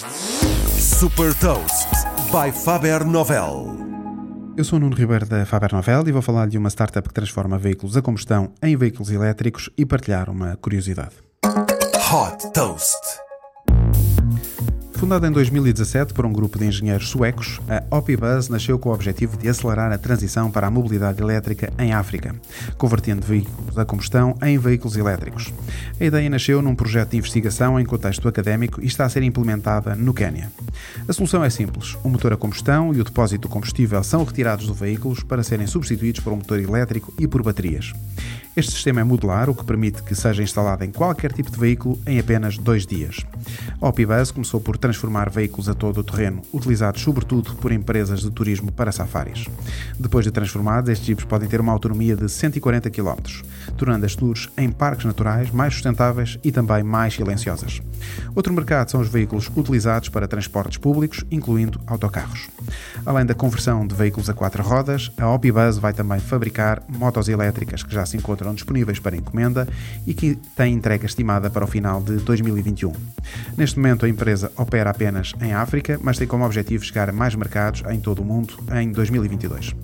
Super Toast by Faber Novel. Eu sou o Nuno Ribeiro da Faber Novel e vou falar de uma startup que transforma veículos a combustão em veículos elétricos e partilhar uma curiosidade. Hot Toast. Fundada em 2017 por um grupo de engenheiros suecos, a Opibus nasceu com o objetivo de acelerar a transição para a mobilidade elétrica em África, convertendo veículos a combustão em veículos elétricos. A ideia nasceu num projeto de investigação em contexto académico e está a ser implementada no Quênia. A solução é simples. O motor a combustão e o depósito do combustível são retirados do veículo para serem substituídos por um motor elétrico e por baterias. Este sistema é modular, o que permite que seja instalado em qualquer tipo de veículo em apenas 2 dias. A Opibus começou por transformar veículos a todo o terreno, utilizados sobretudo por empresas de turismo para safaris. Depois de transformados, estes jipes podem ter uma autonomia de 140 km, tornando as tours em parques naturais mais sustentáveis e também mais silenciosas. Outro mercado são os veículos utilizados para transportes públicos, incluindo autocarros. Além da conversão de veículos a 4 rodas, a Opibus vai também fabricar motos elétricas que já se encontram disponíveis para encomenda e que têm entrega estimada para o final de 2021. Neste momento a empresa opera apenas em África, mas tem como objetivo chegar a mais mercados em todo o mundo em 2022.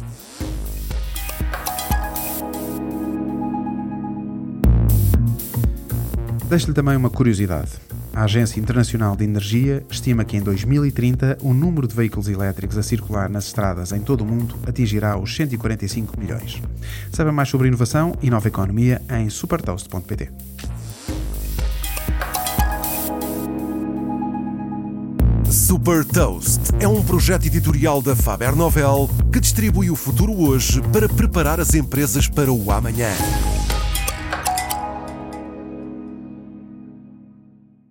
Deixo-lhe também uma curiosidade. A Agência Internacional de Energia estima que em 2030 o número de veículos elétricos a circular nas estradas em todo o mundo atingirá os 145 milhões. Saiba mais sobre inovação e nova economia em supertoast.pt. Super Toast é um projeto editorial da Faber Novel que distribui o futuro hoje para preparar as empresas para o amanhã.